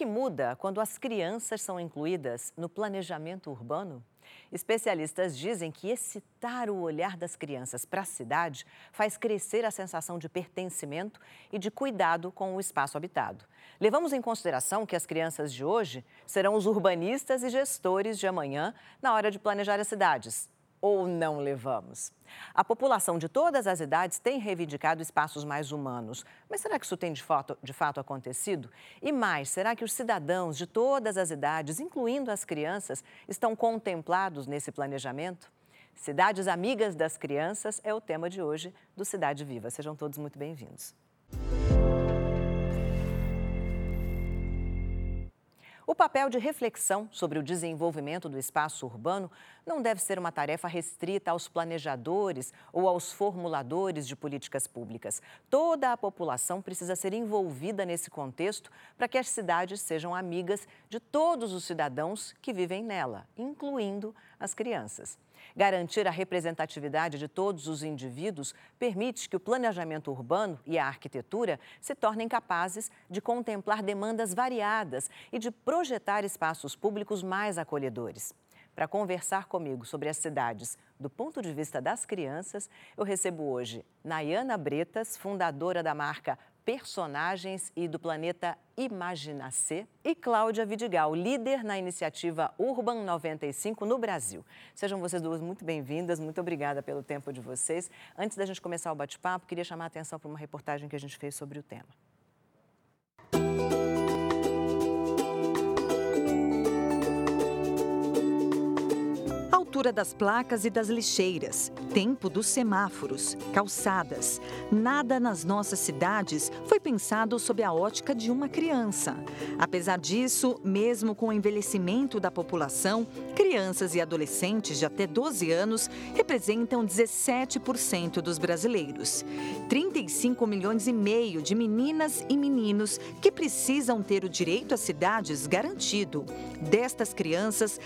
que muda quando as crianças são incluídas no planejamento urbano? Especialistas dizem que excitar o olhar das crianças para a cidade faz crescer a sensação de pertencimento e de cuidado com o espaço habitado. Levamos em consideração que as crianças de hoje serão os urbanistas e gestores de amanhã na hora de planejar as cidades. Ou não levamos? A população de todas as idades tem reivindicado espaços mais humanos. Mas será que isso tem de fato acontecido? E mais, será que os cidadãos de todas as idades, incluindo as crianças, estão contemplados nesse planejamento? Cidades amigas das crianças é o tema de hoje do Cidade Viva. Sejam todos muito bem-vindos. O papel de reflexão sobre o desenvolvimento do espaço urbano não deve ser uma tarefa restrita aos planejadores ou aos formuladores de políticas públicas. Toda a população precisa ser envolvida nesse contexto para que as cidades sejam amigas de todos os cidadãos que vivem nela, incluindo as crianças. Garantir a representatividade de todos os indivíduos permite que o planejamento urbano e a arquitetura se tornem capazes de contemplar demandas variadas e de projetar espaços públicos mais acolhedores. Para conversar comigo sobre as cidades do ponto de vista das crianças, eu recebo hoje Nayana Bretas, fundadora da marca Personagens e do Planeta Imaginacê, e Cláudia Vidigal, líder na iniciativa Urban 95 no Brasil. Sejam vocês duas muito bem-vindas, muito obrigada pelo tempo de vocês. Antes da gente começar o bate-papo, queria chamar a atenção para uma reportagem que a gente fez sobre o tema. Altura das placas e das lixeiras, tempo dos semáforos, calçadas. Nada nas nossas cidades foi pensado sob a ótica de uma criança. Apesar disso, mesmo com o envelhecimento da população, crianças e adolescentes de até 12 anos representam 17% dos brasileiros. 35 milhões e meio de meninas e meninos que precisam ter o direito às cidades garantido. Destas crianças,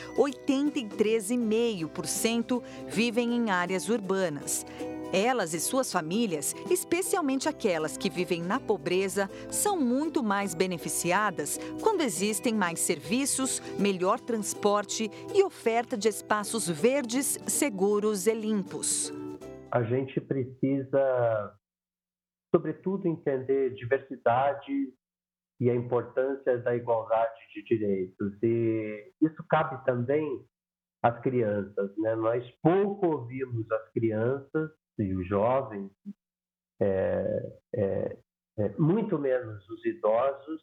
83,5% vivem em áreas urbanas. Elas e suas famílias, especialmente aquelas que vivem na pobreza, são muito mais beneficiadas quando existem mais serviços, melhor transporte e oferta de espaços verdes, seguros e limpos. A gente precisa, sobretudo, entender diversidade e a importância da igualdade de direitos. E isso cabe também às crianças, né? Nós pouco ouvimos as crianças e os jovens, muito menos os idosos,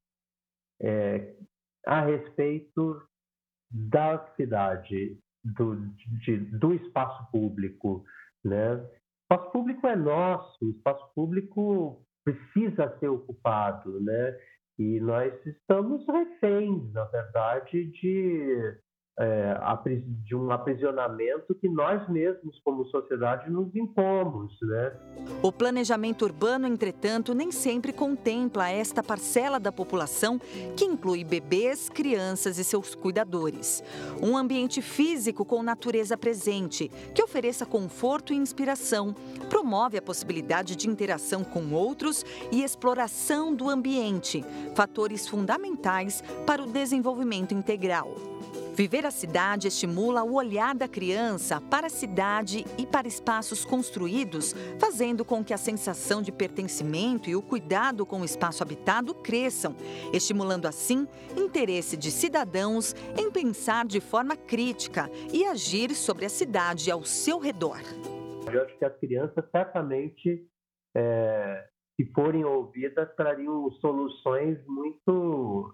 a respeito da cidade, do espaço público, né? O espaço público é nosso, o espaço público precisa ser ocupado, né? E nós estamos reféns, na verdade, de um aprisionamento que nós mesmos, como sociedade, nos impomos, né? O planejamento urbano, entretanto, nem sempre contempla esta parcela da população que inclui bebês, crianças e seus cuidadores. Um ambiente físico com natureza presente, que ofereça conforto e inspiração, promove a possibilidade de interação com outros e exploração do ambiente, fatores fundamentais para o desenvolvimento integral. Viver a cidade estimula o olhar da criança para a cidade e para espaços construídos, fazendo com que a sensação de pertencimento e o cuidado com o espaço habitado cresçam, estimulando assim interesse de cidadãos em pensar de forma crítica e agir sobre a cidade ao seu redor. Eu acho que as crianças certamente, se forem ouvidas, trariam soluções muito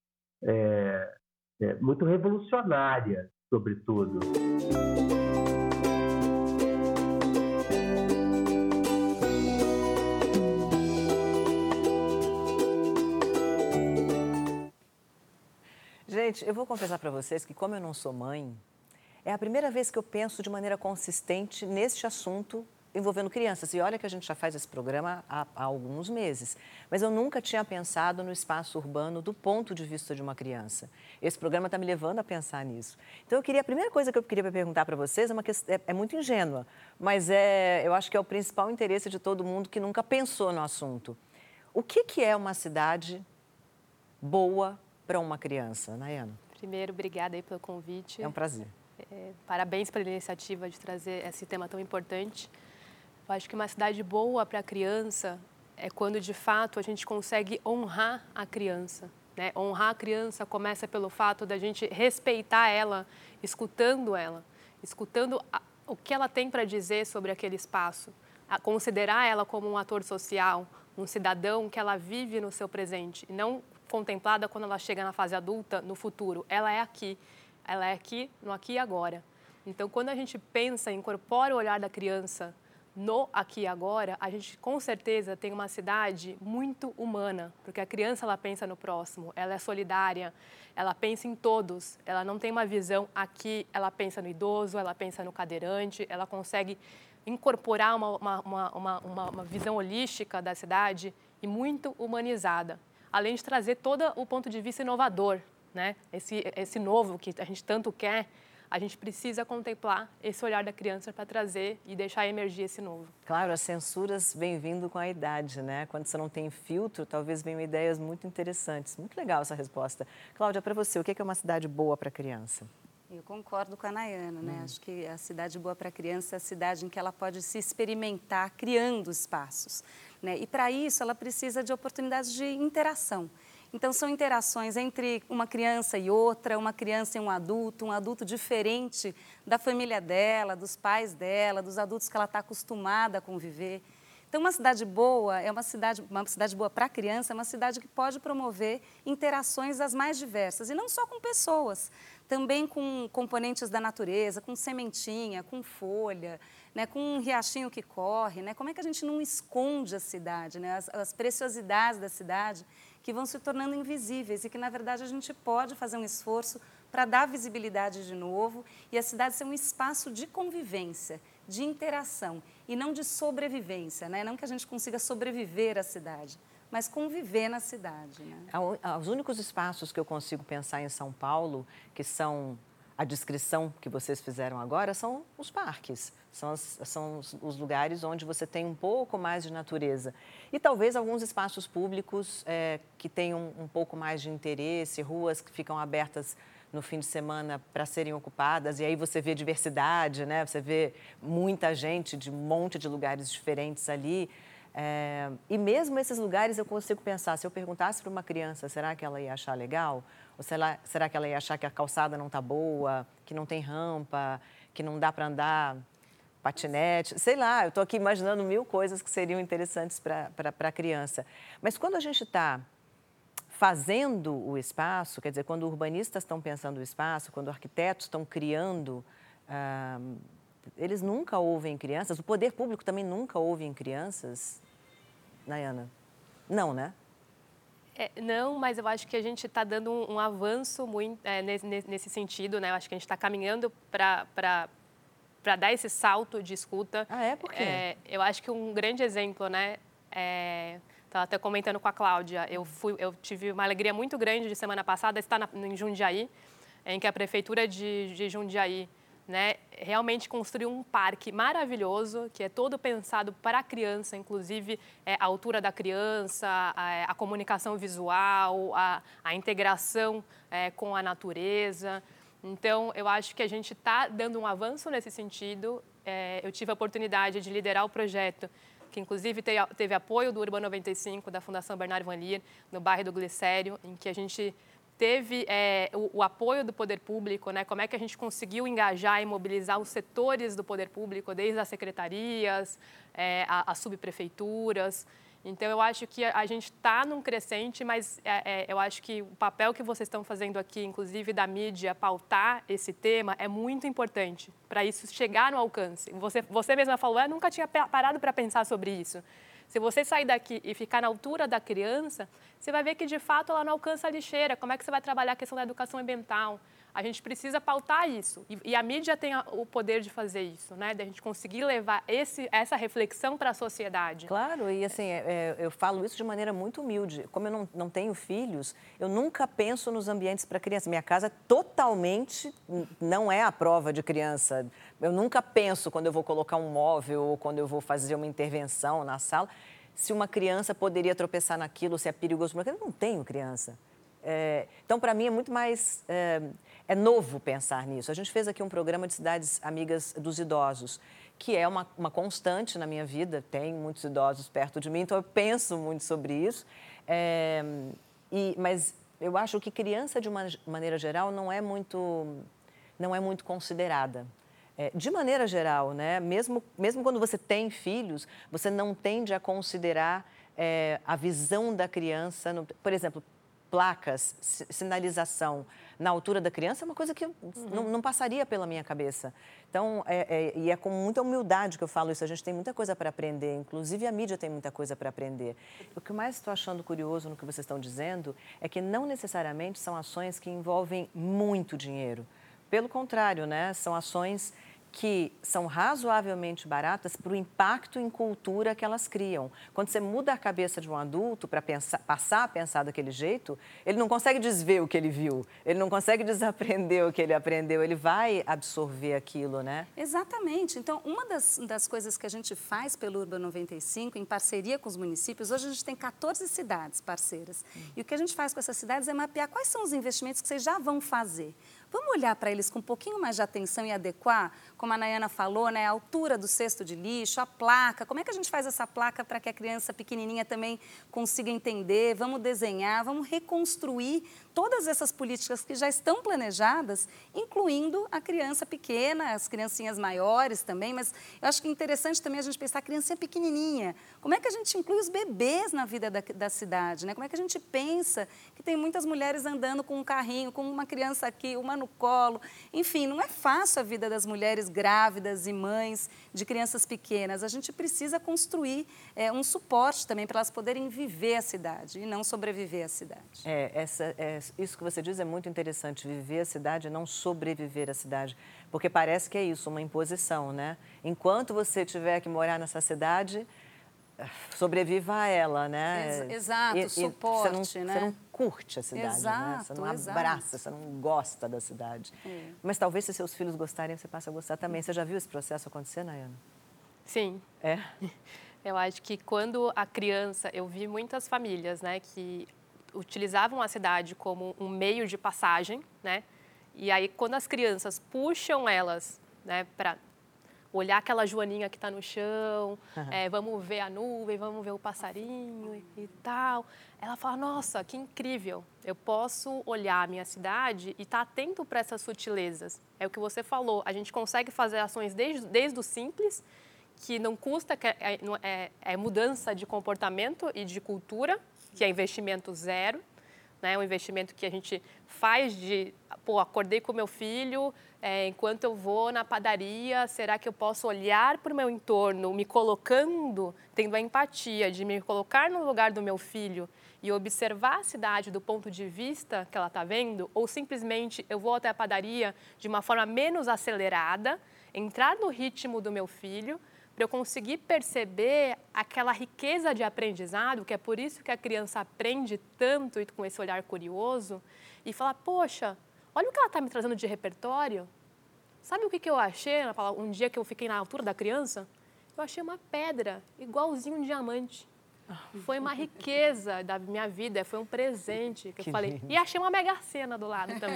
revolucionárias, sobretudo. Gente, eu vou confessar para vocês que, como eu não sou mãe, é a primeira vez que eu penso de maneira consistente neste assunto envolvendo crianças. E olha que a gente já faz esse programa há alguns meses, mas eu nunca tinha pensado no espaço urbano do ponto de vista de uma criança. Esse programa está me levando a pensar nisso. Então, a primeira coisa que eu queria perguntar para vocês é muito ingênua, mas eu acho que é o principal interesse de todo mundo que nunca pensou no assunto. O que é uma cidade boa para uma criança, Nayana? Primeiro, obrigada aí pelo convite. É um prazer. Parabéns pela iniciativa de trazer esse tema tão importante. Eu acho que uma cidade boa para a criança é quando, de fato, a gente consegue honrar a criança, né? Honrar a criança começa pelo fato da gente respeitar ela, escutando o que ela tem para dizer sobre aquele espaço, considerar ela como um ator social, um cidadão que ela vive no seu presente, e não contemplada quando ela chega na fase adulta, no futuro. Ela é aqui, no aqui e agora. Então, quando a gente pensa, incorpora o olhar da criança no aqui e agora, a gente com certeza tem uma cidade muito humana, porque a criança ela pensa no próximo, ela é solidária, ela pensa em todos, ela não tem uma visão aqui, ela pensa no idoso, ela pensa no cadeirante, ela consegue incorporar uma visão holística da cidade e muito humanizada, além de trazer todo o ponto de vista inovador, né? Esse novo que a gente tanto quer. A gente precisa contemplar esse olhar da criança para trazer e deixar emergir esse novo. Claro, as censuras vêm vindo com a idade, né? Quando você não tem filtro, talvez venham ideias muito interessantes. Muito legal essa resposta. Cláudia, para você, o que é uma cidade boa para a criança? Eu concordo com a Nayana, né? Acho que a cidade boa para a criança é a cidade em que ela pode se experimentar criando espaços, né? E para isso ela precisa de oportunidades de interação. Então, são interações entre uma criança e outra, uma criança e um adulto diferente da família dela, dos pais dela, dos adultos que ela está acostumada a conviver. Então, uma cidade boa é uma cidade boa para a criança, é uma cidade que pode promover interações as mais diversas, e não só com pessoas, também com componentes da natureza, com sementinha, com folha, né, com um riachinho que corre, né? Como é que a gente não esconde a cidade, né? As preciosidades da cidade que vão se tornando invisíveis e que, na verdade, a gente pode fazer um esforço para dar visibilidade de novo e a cidade ser um espaço de convivência, de interação e não de sobrevivência, né? Não que a gente consiga sobreviver à cidade, mas conviver na cidade, né? Os únicos espaços que eu consigo pensar em São Paulo, que são a descrição que vocês fizeram agora, são os parques. São os lugares onde você tem um pouco mais de natureza. E talvez alguns espaços públicos que tenham um pouco mais de interesse, ruas que ficam abertas no fim de semana para serem ocupadas. E aí você vê diversidade, né? Você vê muita gente de um monte de lugares diferentes ali. E mesmo esses lugares eu consigo pensar, se eu perguntasse para uma criança, será que ela ia achar legal? Ou será que ela ia achar que a calçada não está boa, que não tem rampa, que não dá para andar patinete? Sei lá, eu estou aqui imaginando mil coisas que seriam interessantes para a criança. Mas quando a gente está fazendo o espaço, quer dizer, quando urbanistas estão pensando o espaço, quando arquitetos estão criando, eles nunca ouvem crianças, o poder público também nunca ouve em crianças, Nayana? Não, né? Não, mas eu acho que a gente está dando um avanço muito nesse sentido, né? Eu acho que a gente está caminhando para dar esse salto de escuta. Por quê? Eu acho que um grande exemplo, né? Estava até comentando com a Cláudia, eu tive uma alegria muito grande de semana passada estar em Jundiaí, em que a Prefeitura de Jundiaí, né, realmente construiu um parque maravilhoso, que é todo pensado para a criança, inclusive a altura da criança, a comunicação visual, a integração com a natureza. Então, eu acho que a gente está dando um avanço nesse sentido. Eu tive a oportunidade de liderar o projeto, que inclusive teve apoio do Urbano 95, da Fundação Bernard Van Leer, no bairro do Glicério, em que a gente teve o apoio do poder público, né? Como é que a gente conseguiu engajar e mobilizar os setores do poder público, desde as secretarias, as subprefeituras. Então, eu acho que a gente está num crescente, mas eu acho que o papel que vocês estão fazendo aqui, inclusive da mídia, pautar esse tema, é muito importante para isso chegar no alcance. Você mesma falou, eu nunca tinha parado para pensar sobre isso. Se você sair daqui e ficar na altura da criança, você vai ver que, de fato, ela não alcança a lixeira. Como é que você vai trabalhar a questão da educação ambiental? A gente precisa pautar isso. E a mídia tem o poder de fazer isso, né? De a gente conseguir levar essa reflexão para a sociedade. Claro, e assim, eu falo isso de maneira muito humilde. Como eu não tenho filhos, eu nunca penso nos ambientes para criança. Minha casa totalmente não é a prova de criança. Eu nunca penso, quando eu vou colocar um móvel ou quando eu vou fazer uma intervenção na sala, se uma criança poderia tropeçar naquilo, se é perigoso. Eu não tenho criança. Então, para mim, é muito mais... É novo pensar nisso. A gente fez aqui um programa de cidades amigas dos idosos, que é uma constante na minha vida. Tem muitos idosos perto de mim, então eu penso muito sobre isso. Mas eu acho que criança, de uma maneira geral, não é muito considerada. De maneira geral, né? Mesmo quando você tem filhos, você não tende a considerar a visão da criança. Por exemplo, placas, sinalização na altura da criança é uma coisa que não passaria pela minha cabeça. Então, e é com muita humildade que eu falo isso. A gente tem muita coisa para aprender, inclusive a mídia tem muita coisa para aprender. O que eu mais estou achando curioso no que vocês estão dizendo é que não necessariamente são ações que envolvem muito dinheiro. Pelo contrário, né? São ações que são razoavelmente baratas para o impacto em cultura que elas criam. Quando você muda a cabeça de um adulto para passar a pensar daquele jeito, ele não consegue desver o que ele viu, ele não consegue desaprender o que ele aprendeu, ele vai absorver aquilo, né? Exatamente. Então, uma das coisas que a gente faz pelo Urban 95, em parceria com os municípios, hoje a gente tem 14 cidades parceiras. E o que a gente faz com essas cidades é mapear quais são os investimentos que vocês já vão fazer. Vamos olhar para eles com um pouquinho mais de atenção e adequar, como a Nayana falou, né, a altura do cesto de lixo, a placa. Como é que a gente faz essa placa para que a criança pequenininha também consiga entender? Vamos desenhar, vamos reconstruir todas essas políticas que já estão planejadas, incluindo a criança pequena, as criancinhas maiores também. Mas eu acho que é interessante também a gente pensar a criancinha pequenininha. Como é que a gente inclui os bebês na vida da cidade, né? Como é que a gente pensa que tem muitas mulheres andando com um carrinho, com uma criança aqui, uma no colo. Enfim, não é fácil a vida das mulheres grávidas e mães de crianças pequenas. A gente precisa construir um suporte também para elas poderem viver a cidade e não sobreviver à cidade. Isso que você diz é muito interessante, viver a cidade e não sobreviver à cidade, porque parece que é isso, uma imposição, né? Enquanto você tiver que morar nessa cidade, sobreviva a ela, né? Exato, suporte, você não curte a cidade, exato, né? Você não abraça, você não gosta da cidade. Mas talvez se seus filhos gostarem, você passe a gostar também. Você já viu esse processo acontecer, Nayana? Sim. Eu acho que quando a criança... Eu vi muitas famílias, né, que utilizavam a cidade como um meio de passagem, né? E aí, quando as crianças puxam elas, né, para olhar aquela joaninha que está no chão, vamos ver a nuvem, vamos ver o passarinho e tal. Ela fala, nossa, que incrível, eu posso olhar a minha cidade e estar atento para essas sutilezas. É o que você falou, a gente consegue fazer ações desde o simples, que não custa, que é mudança de comportamento e de cultura, que é investimento zero, né? Um investimento que a gente faz de, acordei com meu filho, enquanto eu vou na padaria, será que eu posso olhar para o meu entorno, me colocando, tendo a empatia de me colocar no lugar do meu filho e observar a cidade do ponto de vista que ela está vendo, ou simplesmente eu vou até a padaria de uma forma menos acelerada, entrar no ritmo do meu filho, para eu conseguir perceber aquela riqueza de aprendizado, que é por isso que a criança aprende tanto e com esse olhar curioso, e falar, poxa, olha o que ela está me trazendo de repertório. Sabe o que eu achei um dia que eu fiquei na altura da criança? Eu achei uma pedra, igualzinho um diamante. Foi uma riqueza da minha vida, foi um presente que eu falei. Lindo. E achei uma mega-sena do lado também.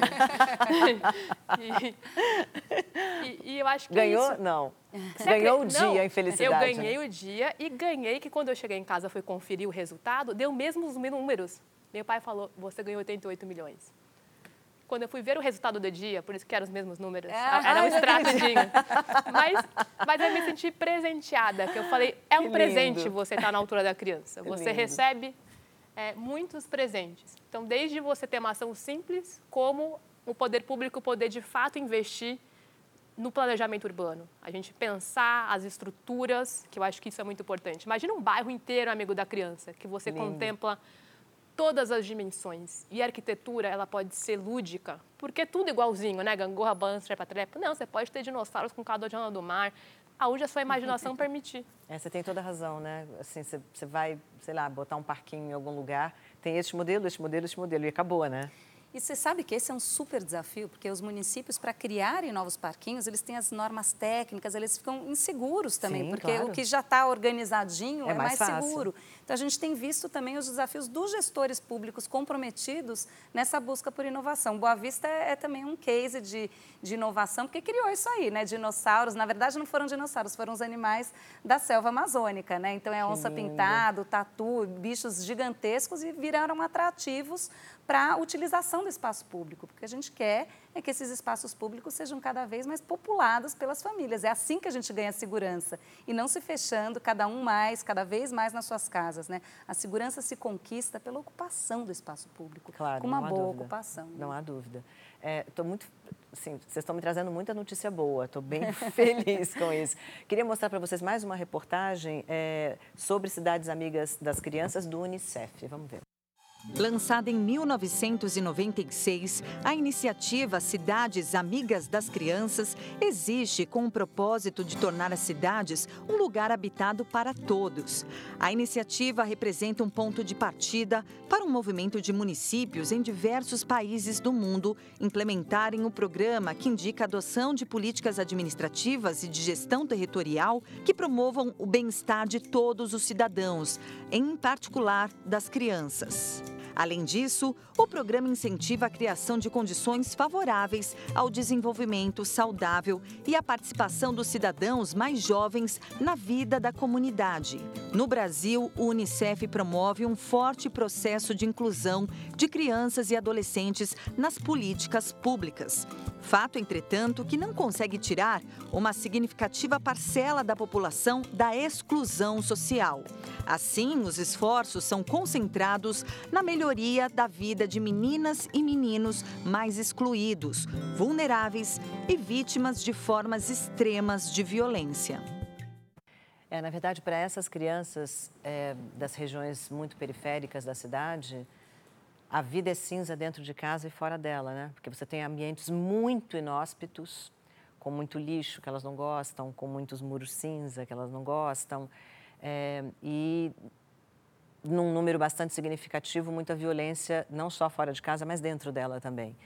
e eu acho que ganhou? Isso... Não. Ganhou o dia, em felicidade. Eu ganhei o dia e ganhei que quando eu cheguei em casa, fui conferir o resultado, deu mesmo os números. Meu pai falou, você ganhou 88 milhões. Quando eu fui ver o resultado do dia, por isso que eram os mesmos números, era um extratudinho. Mas eu me senti presenteada, que eu falei, é um presente você estar na altura da criança. Você recebe muitos presentes. Então, desde você ter uma ação simples, como o poder público poder, de fato, investir no planejamento urbano. A gente pensar as estruturas, que eu acho que isso é muito importante. Imagina um bairro inteiro amigo da criança, que você contempla todas as dimensões. E a arquitetura, ela pode ser lúdica, porque é tudo igualzinho, né? Gangorra, banho, trepa-trepa. Não, você pode ter dinossauros com cadojana do mar, aonde a sua imaginação permitir. Você tem toda a razão, né? Assim, você vai, sei lá, botar um parquinho em algum lugar, tem este modelo, e acabou, né? E você sabe que esse é um super desafio, porque os municípios, para criarem novos parquinhos, eles têm as normas técnicas, eles ficam inseguros também, Sim, porque claro. o que já está organizadinho é mais fácil. seguro. Então, a gente tem visto também os desafios dos gestores públicos comprometidos nessa busca por inovação. Boa Vista é também um case de inovação, porque criou isso aí, né? Dinossauros, na verdade, não foram dinossauros, foram os animais da selva amazônica, né? Então, é onça-pintado, tatu, bichos gigantescos e viraram atrativos para a utilização do espaço público, porque a gente quer é que esses espaços públicos sejam cada vez mais populados pelas famílias. É assim que a gente ganha segurança e não se fechando cada vez mais nas suas casas, né? A segurança se conquista pela ocupação do espaço público, Claro, com uma não há boa dúvida. ocupação. Não há dúvida. Assim, vocês estão me trazendo muita notícia boa, estou bem feliz com isso. Queria mostrar para vocês mais uma reportagem sobre Cidades Amigas das Crianças do Unicef. Vamos ver. Lançada em 1996, a iniciativa Cidades Amigas das Crianças existe com o propósito de tornar as cidades um lugar habitado para todos. A iniciativa representa um ponto de partida para um movimento de municípios em diversos países do mundo implementarem o programa que indica a adoção de políticas administrativas e de gestão territorial que promovam o bem-estar de todos os cidadãos, em particular das crianças. Além disso, o programa incentiva a criação de condições favoráveis ao desenvolvimento saudável e a participação dos cidadãos mais jovens na vida da comunidade. No Brasil, o Unicef promove um forte processo de inclusão de crianças e adolescentes nas políticas públicas. Fato, entretanto, que não consegue tirar uma significativa parcela da população da exclusão social. Assim, os esforços são concentrados na melhoria da vida de meninas e meninos mais excluídos, vulneráveis e vítimas de formas extremas de violência. Na verdade, para essas crianças das regiões muito periféricas da cidade, a vida é cinza dentro de casa e fora dela, né? Porque você tem ambientes muito inóspitos, com muito lixo que elas não gostam, com muitos muros cinza que elas não gostam, e num número bastante significativo, muita violência, não só fora de casa, mas dentro dela também.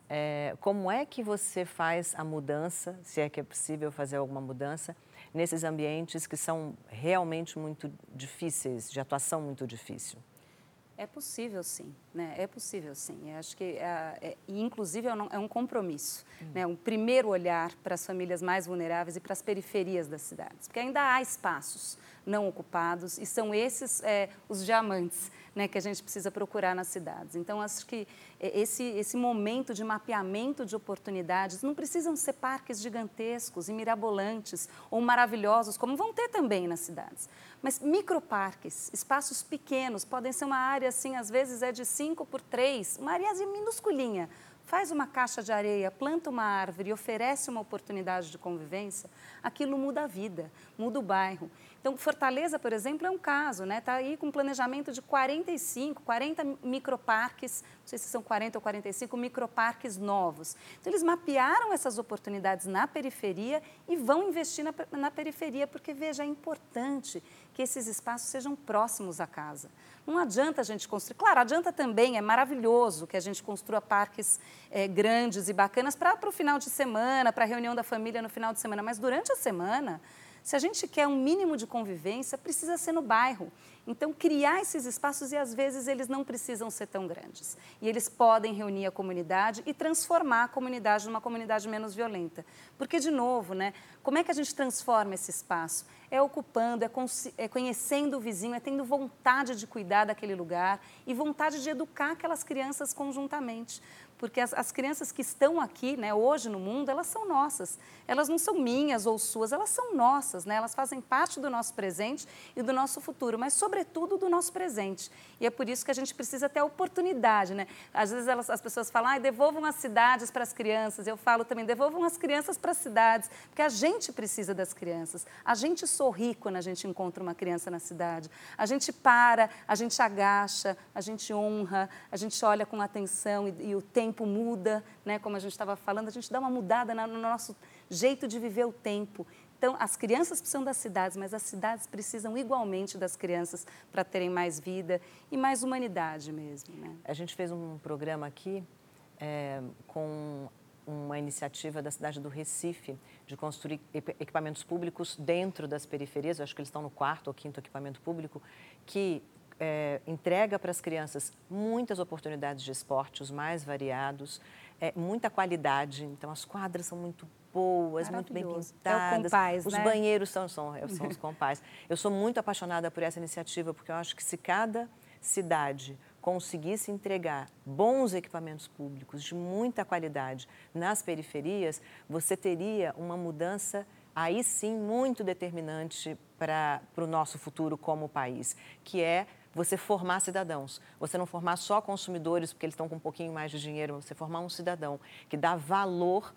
Como é que você faz a mudança, se é que é possível fazer alguma mudança, nesses ambientes que são realmente muito difíceis, de atuação muito difícil? É possível, sim, né? É possível, sim. Eu acho que, inclusive, é um compromisso, né? Um primeiro olhar para as famílias mais vulneráveis e para as periferias das cidades, porque ainda há espaços não ocupados e são esses os diamantes, né, que a gente precisa procurar nas cidades. Então, acho que esse momento de mapeamento de oportunidades não precisam ser parques gigantescos e mirabolantes ou maravilhosos, como vão ter também nas cidades. Mas microparques, espaços pequenos, podem ser uma área, assim, às vezes é de 5 por 3, uma área minusculinha. Faz uma caixa de areia, planta uma árvore e oferece uma oportunidade de convivência, aquilo muda a vida, muda o bairro. Então, Fortaleza, por exemplo, é um caso, né? Está aí com um planejamento de 40 microparques, não sei se são 40 ou 45 microparques novos. Então, eles mapearam essas oportunidades na periferia e vão investir na periferia, porque, veja, é importante que esses espaços sejam próximos à casa. Não adianta a gente construir, claro, adianta também, é maravilhoso que a gente construa parques grandes e bacanas para o final de semana, para a reunião da família no final de semana, mas durante a semana, se a gente quer um mínimo de convivência, precisa ser no bairro. Então, criar esses espaços, e às vezes eles não precisam ser tão grandes. E eles podem reunir a comunidade e transformar a comunidade numa comunidade menos violenta. Porque, de novo, né, como é que a gente transforma esse espaço? É ocupando, é conhecendo o vizinho, é tendo vontade de cuidar daquele lugar e vontade de educar aquelas crianças conjuntamente. Porque as crianças que estão aqui, né, hoje no mundo, elas são nossas. Elas não são minhas ou suas, elas são nossas, né? Elas fazem parte do nosso presente e do nosso futuro, mas, sobretudo, do nosso presente. E é por isso que a gente precisa ter a oportunidade, né? Às vezes as pessoas falam, devolvam as cidades para as crianças. Eu falo também, devolvam as crianças para as cidades, porque a gente precisa das crianças. A gente sorri quando a gente encontra uma criança na cidade. A gente para, a gente agacha, a gente honra, a gente olha com atenção e o tempo muda, né? Como a gente estava falando, a gente dá uma mudada no nosso jeito de viver o tempo. Então, as crianças precisam das cidades, mas as cidades precisam igualmente das crianças para terem mais vida e mais humanidade mesmo, né? A gente fez um programa aqui com uma iniciativa da cidade do Recife de construir equipamentos públicos dentro das periferias. Eu acho que eles estão no 4º ou 5º equipamento público, que entrega para as crianças muitas oportunidades de esporte, os mais variados, muita qualidade. Então, as quadras são muito boas, muito bem pintadas. É o Compás, os banheiros são os Compás. Eu sou muito apaixonada por essa iniciativa, porque eu acho que se cada cidade conseguisse entregar bons equipamentos públicos de muita qualidade nas periferias, você teria uma mudança, aí sim, muito determinante para o nosso futuro como país, que é você formar cidadãos. Você não formar só consumidores, porque eles estão com um pouquinho mais de dinheiro, mas você formar um cidadão que dá valor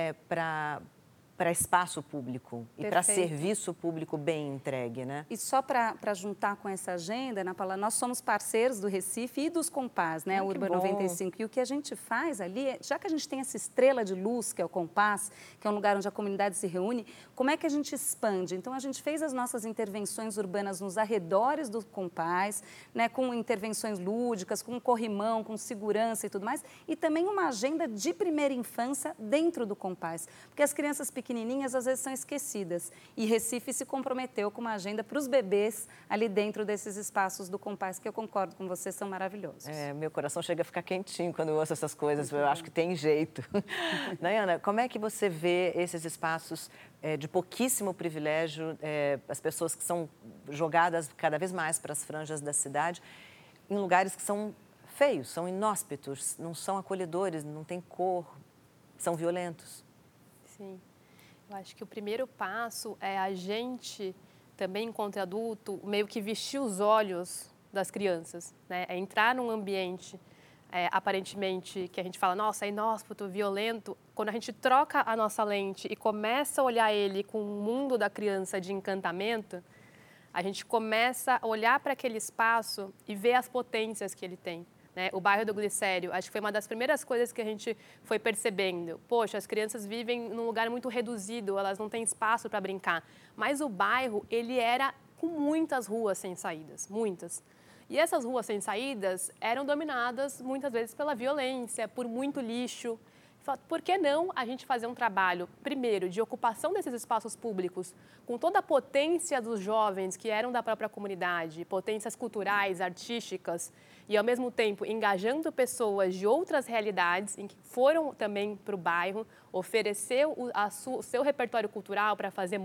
para espaço público e para serviço público bem entregue, né? E só para juntar com essa agenda, Ana Paula, nós somos parceiros do Recife e dos Compás, né? O Urban 95. E o que a gente faz ali, já que a gente tem essa estrela de luz, que é o Compás, que é um lugar onde a comunidade se reúne, como é que a gente expande? Então, a gente fez as nossas intervenções urbanas nos arredores do Compás, né? Com intervenções lúdicas, com corrimão, com segurança e tudo mais, e também uma agenda de primeira infância dentro do Compás, porque as crianças pequenininhas às vezes são esquecidas. E Recife se comprometeu com uma agenda para os bebês ali dentro desses espaços do Compás, que eu concordo com você, são maravilhosos. Meu coração chega a ficar quentinho quando eu ouço essas coisas, eu acho que tem jeito. Nayana, como é que você vê esses espaços de pouquíssimo privilégio, as pessoas que são jogadas cada vez mais para as franjas da cidade, em lugares que são feios, são inóspitos, não são acolhedores, não tem cor, são violentos? Sim. Eu acho que o primeiro passo é a gente, também enquanto adulto, meio que vestir os olhos das crianças, né? É entrar num ambiente, aparentemente, que a gente fala, nossa, é inóspito, violento. Quando a gente troca a nossa lente e começa a olhar ele com o mundo da criança de encantamento, a gente começa a olhar para aquele espaço e ver as potências que ele tem. O bairro do Glicério, acho que foi uma das primeiras coisas que a gente foi percebendo. Poxa, as crianças vivem num lugar muito reduzido, elas não têm espaço para brincar. Mas o bairro, ele era com muitas ruas sem saídas, muitas. E essas ruas sem saídas eram dominadas muitas vezes pela violência, por muito lixo. Por que não a gente fazer um trabalho, primeiro, de ocupação desses espaços públicos, com toda a potência dos jovens que eram da própria comunidade, potências culturais, artísticas, e ao mesmo tempo engajando pessoas de outras realidades, em que foram também para o bairro, oferecer o seu repertório cultural para fazer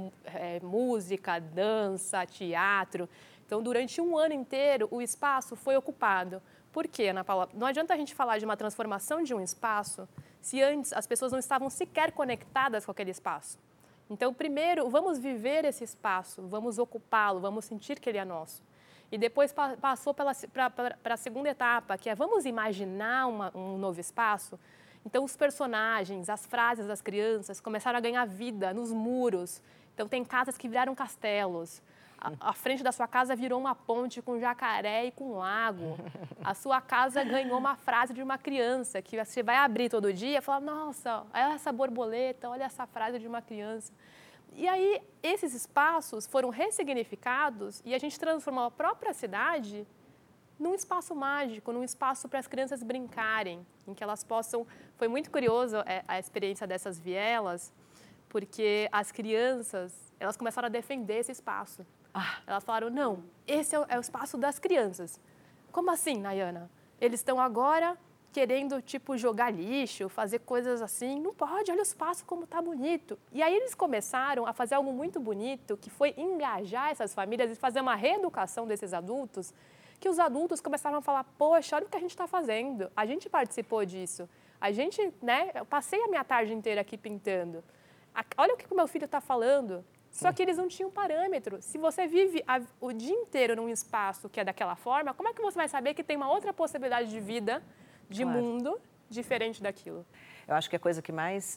música, dança, teatro. Então, durante um ano inteiro, o espaço foi ocupado. Por quê, Ana Paula? Não adianta a gente falar de uma transformação de um espaço se antes as pessoas não estavam sequer conectadas com aquele espaço. Então, primeiro, vamos viver esse espaço, vamos ocupá-lo, vamos sentir que ele é nosso. E depois passou para a segunda etapa, que é vamos imaginar um novo espaço. Então, os personagens, as frases das crianças começaram a ganhar vida nos muros. Então, tem casas que viraram castelos. A frente da sua casa virou uma ponte com jacaré e com lago. A sua casa ganhou uma frase de uma criança, que você vai abrir todo dia e falar, nossa, olha essa borboleta, olha essa frase de uma criança. E aí, esses espaços foram ressignificados e a gente transformou a própria cidade num espaço mágico, num espaço para as crianças brincarem, em que elas possam... Foi muito curioso a experiência dessas vielas, porque as crianças, elas começaram a defender esse espaço. Elas falaram, não, esse é o espaço das crianças. Como assim, Nayana? Eles estão agora querendo, jogar lixo, fazer coisas assim. Não pode, olha o espaço como está bonito. E aí eles começaram a fazer algo muito bonito, que foi engajar essas famílias e fazer uma reeducação desses adultos, que os adultos começaram a falar, poxa, olha o que a gente está fazendo. A gente participou disso. A gente, eu passei a minha tarde inteira aqui pintando. Olha o que o meu filho está falando. Só que eles não tinham parâmetro. Se você vive o dia inteiro num espaço que é daquela forma, como é que você vai saber que tem uma outra possibilidade de vida, de mundo, diferente daquilo? Eu acho que a coisa que mais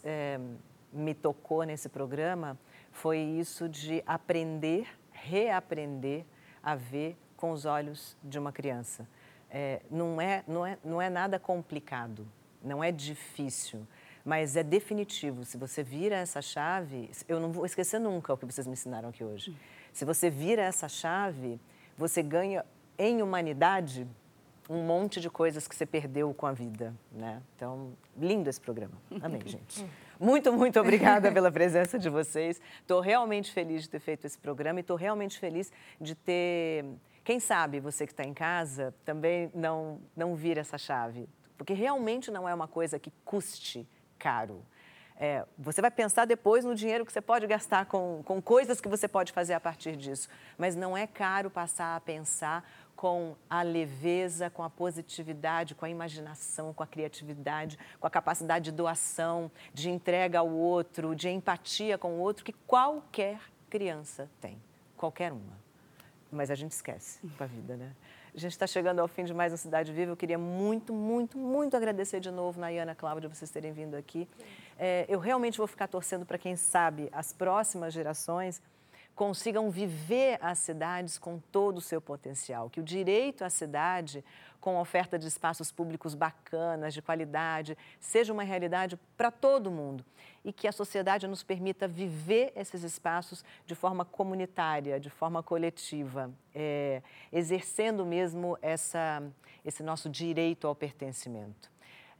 me tocou nesse programa foi isso de aprender, reaprender a ver com os olhos de uma criança. Não é nada complicado, não é difícil. Mas é definitivo, se você vira essa chave, eu não vou esquecer nunca o que vocês me ensinaram aqui hoje. Se você vira essa chave, você ganha em humanidade um monte de coisas que você perdeu com a vida, né? Então, lindo esse programa. Amei, gente. Muito, muito obrigada pela presença de vocês. Estou realmente feliz de ter feito esse programa e estou realmente feliz de ter... Quem sabe você que está em casa também não vira essa chave, porque realmente não é uma coisa que custe caro. Você vai pensar depois no dinheiro que você pode gastar com coisas que você pode fazer a partir disso, mas não é caro passar a pensar com a leveza, com a positividade, com a imaginação, com a criatividade, com a capacidade de doação, de entrega ao outro, de empatia com o outro, que qualquer criança tem, qualquer uma. Mas a gente esquece com a vida, né? A gente está chegando ao fim de mais um Cidade Viva. Eu queria muito, muito, muito agradecer de novo, Nayana, Cláudia, vocês terem vindo aqui. Eu realmente vou ficar torcendo para, quem sabe, as próximas gerações consigam viver as cidades com todo o seu potencial, que o direito à cidade, com oferta de espaços públicos bacanas, de qualidade, seja uma realidade para todo mundo e que a sociedade nos permita viver esses espaços de forma comunitária, de forma coletiva, exercendo mesmo esse nosso direito ao pertencimento.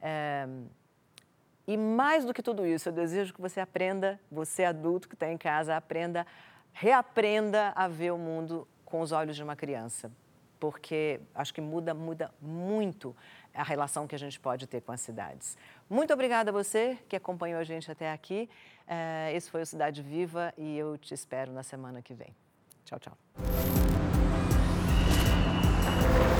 E mais do que tudo isso, eu desejo que você aprenda, você adulto que está em casa, reaprenda a ver o mundo com os olhos de uma criança, porque acho que muda muito a relação que a gente pode ter com as cidades. Muito obrigada a você que acompanhou a gente até aqui. Esse foi o Cidade Viva e eu te espero na semana que vem. Tchau, tchau.